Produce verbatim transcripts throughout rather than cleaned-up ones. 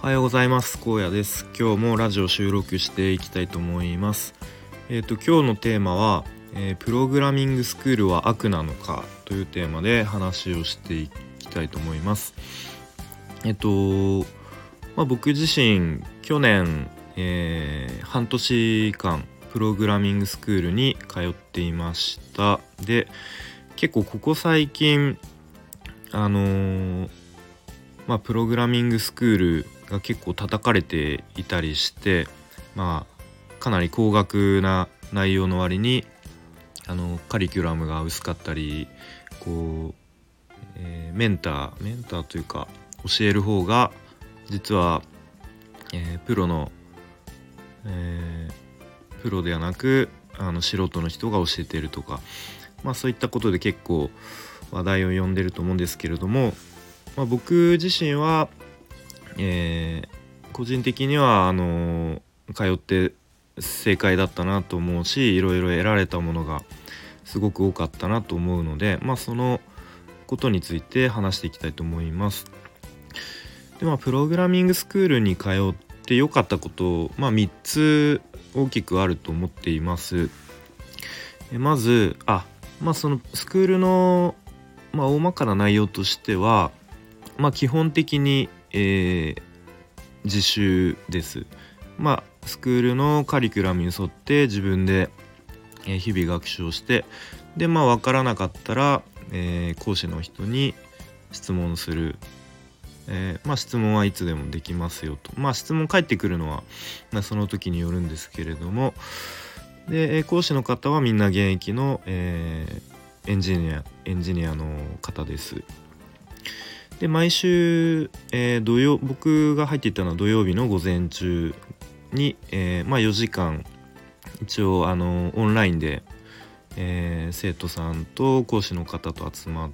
おはようございます。荒野です。今日もラジオ収録していきたいと思います。えっ、と今日のテーマは、えープログラミングスクールは悪なのかというテーマで話をしていきたいと思います。えっ、と、まあ、僕自身去年、えー半年間プログラミングスクールに通っていました。で、結構ここ最近あのーまあ、プログラミングスクールが結構叩かれていたりして、まあ、かなり高額な内容の割にあのカリキュラムが薄かったり、こう、えーメンターメンターというか教える方が実は、えープロの、えープロではなくあの素人の人が教えているとか、まあ、そういったことで結構話題を呼んでると思うんですけれども、まあ、僕自身は、えー個人的にはあの通って正解だったなと思うし、いろいろ得られたものがすごく多かったなと思うので、まあ、そのことについて話していきたいと思います。で、まあ、プログラミングスクールに通って良かったこと、まあ、みっつ大きくあると思っています。えまずあ、まあ、そのスクールの、まあ、大まかな内容としては、まあ、基本的に、えー自習です。まあスクールのカリキュラムに沿って自分で、えー日々学習をして、でまあ分からなかったら、えー講師の人に質問する。えーまあ質問はいつでもできますよと。まあ質問返ってくるのは、まあ、その時によるんですけれども、で、えー講師の方はみんな現役の、えーエンジニアエンジニアの方です。で毎週、えー土曜僕が入っていたのは土曜日の午前中に、えーまあ、よじかん一応あのオンラインで、えー生徒さんと講師の方と集まって、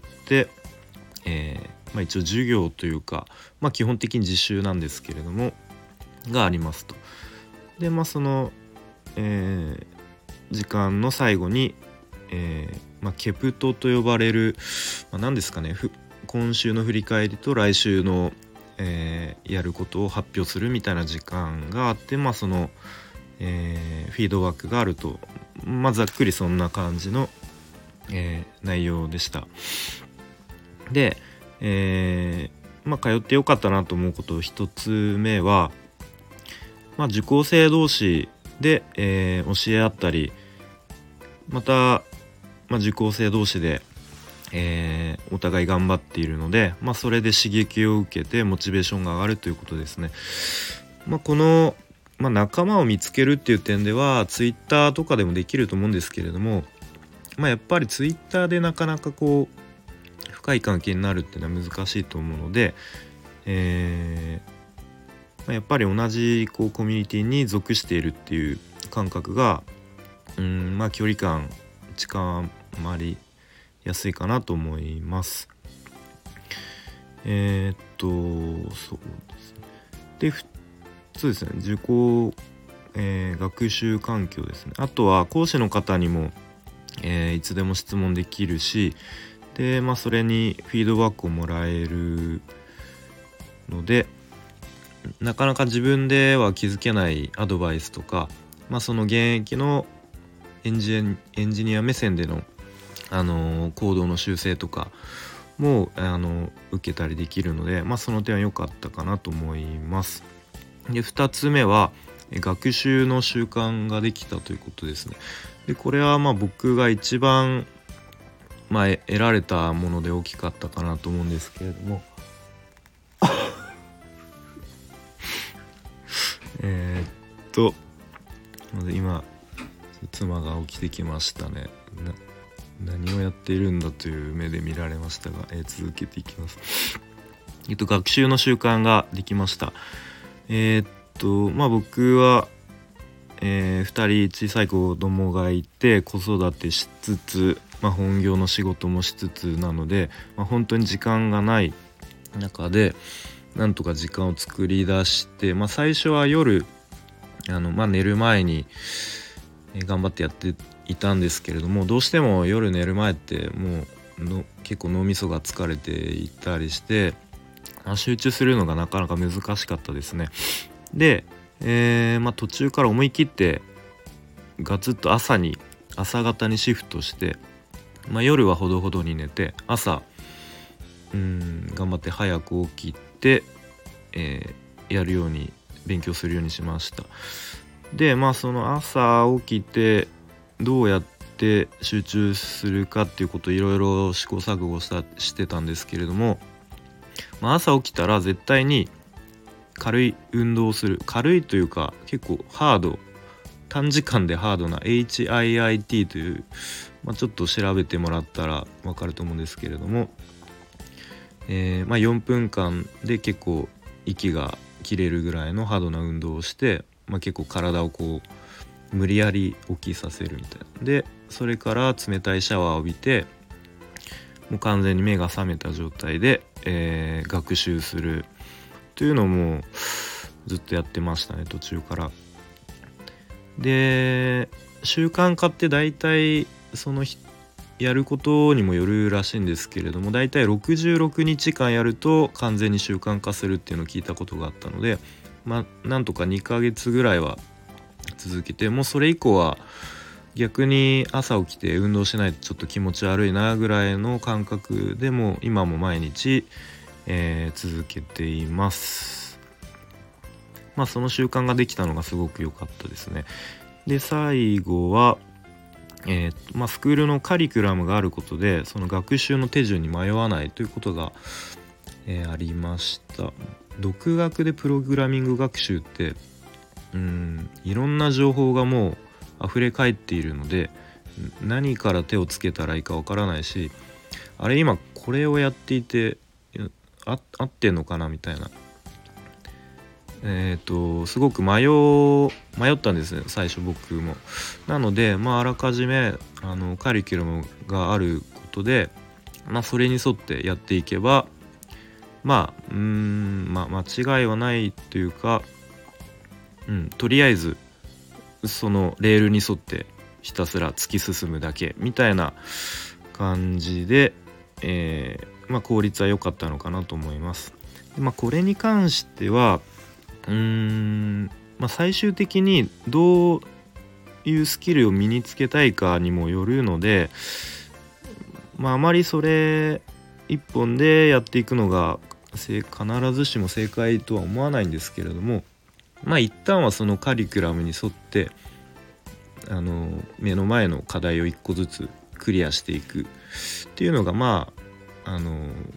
えーまあ、一応授業というか、まあ、基本的に自習なんですけれどもがありますと。でまあその、えー時間の最後に、えーまあ、ケプトと呼ばれる、まあ、何ですかね、ふ今週の振り返りと来週の、えーやることを発表するみたいな時間があって、まあその、えーフィードバックがあると、まあ、ざっくりそんな感じの、えー内容でした。で、えーまあ、通ってよかったなと思うこと一つ目は、まあ、受講生同士で、えー教え合ったり、また、まあ、受講生同士で、えーお互い頑張っているので、まあ、それで刺激を受けてモチベーションが上がるということですね。まあ、この、まあ、仲間を見つけるっていう点ではツイッターとかでもできると思うんですけれども、まあ、やっぱりツイッターでなかなかこう深い関係になるっていうのは難しいと思うので、えーまあ、やっぱり同じこうコミュニティに属しているっていう感覚が、うん、まあ距離感近まりやすいかなと思います。えーっとそうですね。でふそうですね、受講、えー学習環境ですね。あとは講師の方にも、えーいつでも質問できるし、で、まあ、それにフィードバックをもらえるので、なかなか自分では気づけないアドバイスとか、まあ、その現役のエンジニエンジニア目線での、あのー行動の修正とかも、あの受けたりできるので、まあ、その点は良かったかなと思います。でふたつめはえ学習の習慣ができたということですね。でこれはまあ僕が一番、まあ、え得られたもので大きかったかなと思うんですけれどもえーっとまず今妻が起きてきましたね。な何をやっているんだという目で見られましたが、えー続けていきます。えっと学習の習慣ができました。えーっとまあ僕は、えー、ふたり小さい子供がいて子育てしつつ、まあ、本業の仕事もしつつなので、まあ、本当に時間がない中でなんとか時間を作り出して、まあ、最初は夜あの、まあ、寝る前にえー頑張ってやっていたんですけれども、どうしても夜寝る前ってもうの結構脳みそが疲れていたりして、 集中するのがなかなか難しかったですね。で、えーまあ、途中から思い切ってガツッと朝に朝方にシフトして、まあ、夜はほどほどに寝て朝うん頑張って早く起きて、えーやるように勉強するようにしました。でまあその朝起きてどうやって集中するかっていうことをいろいろ試行錯誤したしてたんですけれども、まあ、朝起きたら絶対に軽い運動をする。軽いというか結構ハード、短時間でハードな エイチアイアイティー という、まあ、ちょっと調べてもらったら分かると思うんですけれども、えーまあ、よんぷんかんで結構息が切れるぐらいのハードな運動をして、まあ、結構体をこう無理やり起きさせるみたいな。でそれから冷たいシャワーを浴びてもう完全に目が覚めた状態で、えー学習するというのもずっとやってましたね、途中から。で習慣化って大体そのやることにもよるらしいんですけれども、大体ろくじゅうろくにちかんやると完全に習慣化するっていうのを聞いたことがあったので、まあなんとかにかげつぐらいは続けて、もうそれ以降は逆に朝起きて運動しないとちょっと気持ち悪いなぐらいの感覚でも今も毎日、えー続けています。まあその習慣ができたのがすごく良かったですね。で最後は、えーまあ、スクールのカリキュラムがあることでその学習の手順に迷わないということが、えーありました。独学でプログラミング学習ってうんいろんな情報がもう溢れ返っているので何から手をつけたらいいかわからないし、あれ今これをやっていてあ合ってんのかなみたいな、えっとすごく迷迷ったんですね、最初僕も。なのでまああらかじめあのカリキュラムがあることで、まあ、それに沿ってやっていけばまあうーんまあ間違いはないというか、うん、とりあえずそのレールに沿ってひたすら突き進むだけみたいな感じで、えーまあ、効率は良かったのかなと思います。で、まあ、これに関してはうーん、まあ、最終的にどういうスキルを身につけたいかにもよるので、まあ、あまりそれ一本でやっていくのが必ずしも正解とは思わないんですけれども、まあ一旦はそのカリキュラムに沿ってあの目の前の課題を一個ずつクリアしていくっていうのがまああの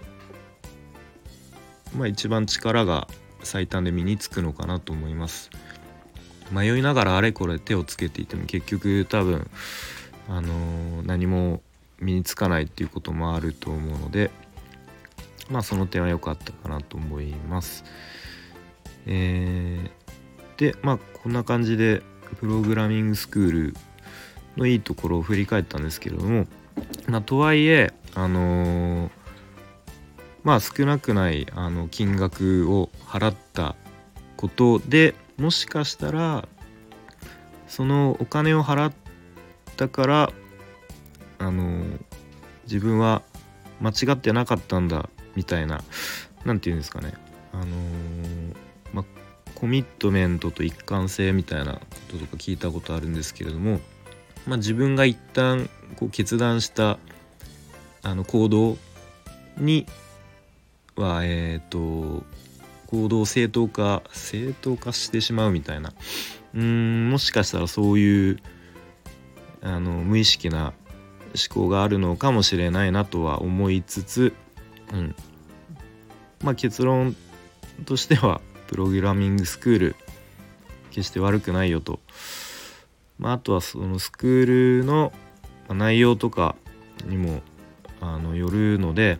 まあ一番力が最短で身につくのかなと思います。迷いながらあれこれ手をつけていても結局多分あの何も身につかないっていうこともあると思うので、まあその点は良かったかなと思います。えー、でまあこんな感じでプログラミングスクールのいいところを振り返ったんですけれども、まあ、とはいえあのー、まあ少なくないあの金額を払ったことでもしかしたらそのお金を払ったからあのー、自分は間違ってなかったんだみたいな、なんていうんですかね、あのー、まあコミットメントと一貫性みたいなこととか聞いたことあるんですけれども、まあ、自分が一旦こう決断したあの行動にはえっと行動を正当化正当化してしまうみたいな、うーんもしかしたらそういうあの無意識な思考があるのかもしれないなとは思いつつ、うん、まあ結論としてはプログラミングスクール決して悪くないよと、まあ、あとはそのスクールの内容とかにもあのよるので、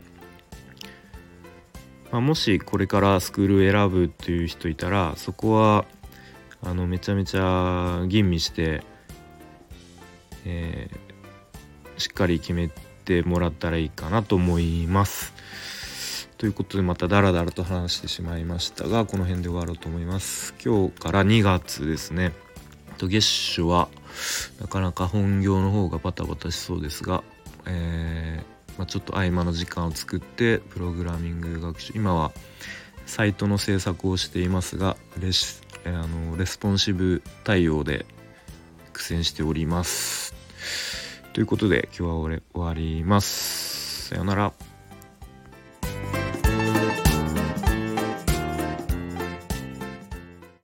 まあ、もしこれからスクールを選ぶっていう人いたらそこはあのめちゃめちゃ吟味して、えー、しっかり決めてもらったらいいかなと思います。ということでまたダラダラと話してしまいましたが、この辺で終わろうと思います。今日からにがつですね。月初はなかなか本業の方がバタバタしそうですが、えまあ、ちょっと合間の時間を作ってプログラミング学習、今はサイトの制作をしていますが、レシあのレスポンシブ対応で苦戦しております。ということで今日は終わります。さよなら。